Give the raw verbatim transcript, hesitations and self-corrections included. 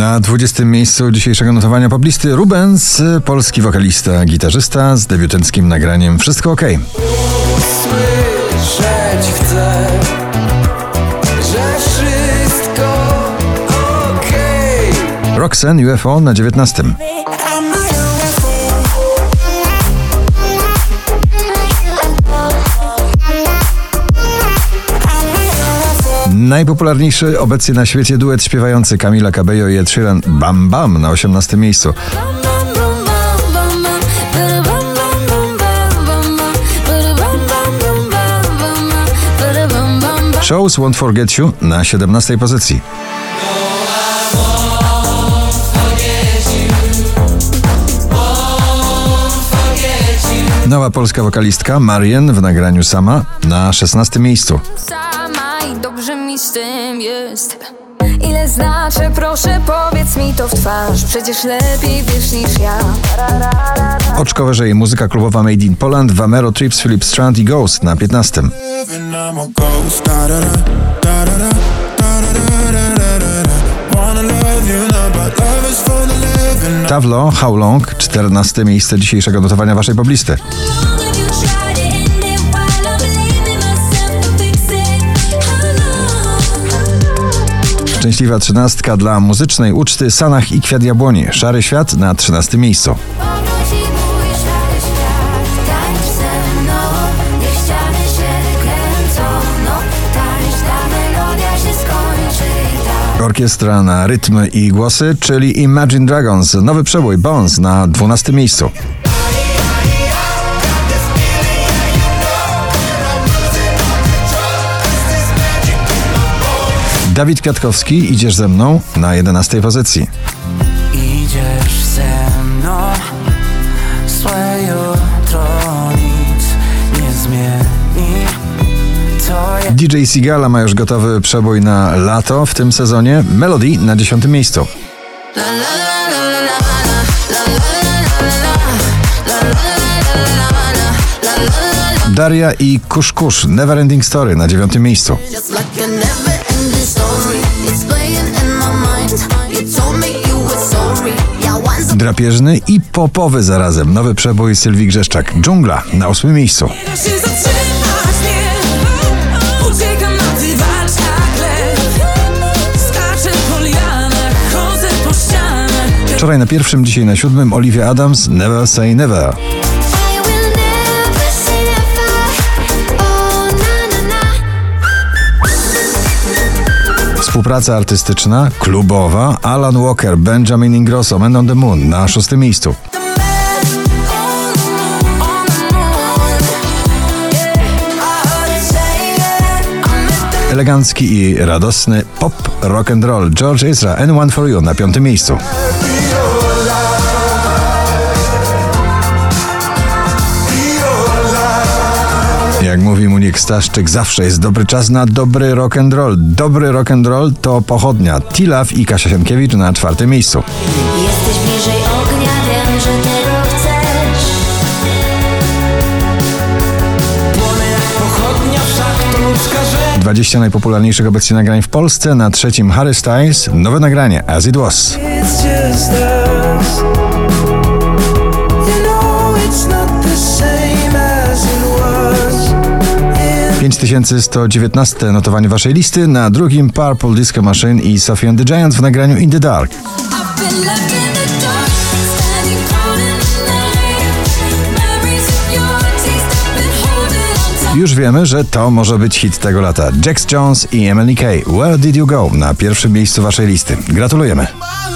Na dwudziestym miejscu dzisiejszego notowania poblisty Rubens, polski wokalista, gitarzysta z debiutanckim nagraniem Wszystko okej. Słyszeć chcę, że wszystko okej. Roxanne U F O na dziewiętnastym. Najpopularniejszy obecnie na świecie duet śpiewający Camila Cabello i Ed Sheeran Bam Bam na osiemnastym miejscu. Shows Won't Forget You na siedemnastej pozycji. Nowa polska wokalistka Marian w nagraniu Sama na szesnastym miejscu. Dobrze mi z tym jest. Ile znaczy, proszę powiedz mi to w twarz. Przecież lepiej wiesz niż ja. Oczko wyżej muzyka klubowa Made in Poland, Vamero, Trips, Philip Strand i Ghost na piętnastym. Tavlo, How Long, czternaste miejsce dzisiejszego notowania waszej poblisty. Szczęśliwa trzynastka dla muzycznej uczty Sanach i Kwiat Jabłoni. Szary Świat na trzynastym miejscu. Orkiestra na rytmy i głosy, czyli Imagine Dragons. Nowy przebój Bones na dwunastym miejscu. Dawid Kwiatkowski, Idziesz ze mną na jedenastej pozycji. Idziesz ze mną, złe jutro nic nie zmieni. To ja... D J Sigala ma już gotowy przebój na lato w tym sezonie. Melody na dziesiątym miejscu. Daria i Kusz Kusz, Never Ending Story na dziewiątym miejscu. Drapieżny i popowy zarazem. Nowy przebój Sylwii Grzeszczak. Dżungla na ósmym miejscu. Wczoraj na pierwszym, dzisiaj na siódmym Olivia Adams, Never Say Never. Współpraca artystyczna, klubowa, Alan Walker, Benjamin Ingrosso, Man on the Moon na szóstym miejscu. Elegancki i radosny pop, rock and roll, George Ezra, And One for You na piątym miejscu. Jak mówi Muniek Staszczyk, zawsze jest dobry czas na dobry rock and roll. Dobry rock and roll to pochodnia. T-Love i Kasia Sienkiewicz na czwartym miejscu. Jesteś bliżej ognia, wiem, że tego chcesz. Płonę jak pochodnia, wszak to ludzka rzecz. dwadzieścia najpopularniejszych obecnie nagrań w Polsce. Na trzecim Harry Styles, nowe nagranie As It Was. pięć tysięcy sto dziewiętnaście notowanie waszej listy. Na drugim Purple Disco Machine i Sophie and the Giants w nagraniu In the Dark. Już wiemy, że to może być hit tego lata. Jax Jones i Emily Kay, Where Did You Go na pierwszym miejscu waszej listy. Gratulujemy.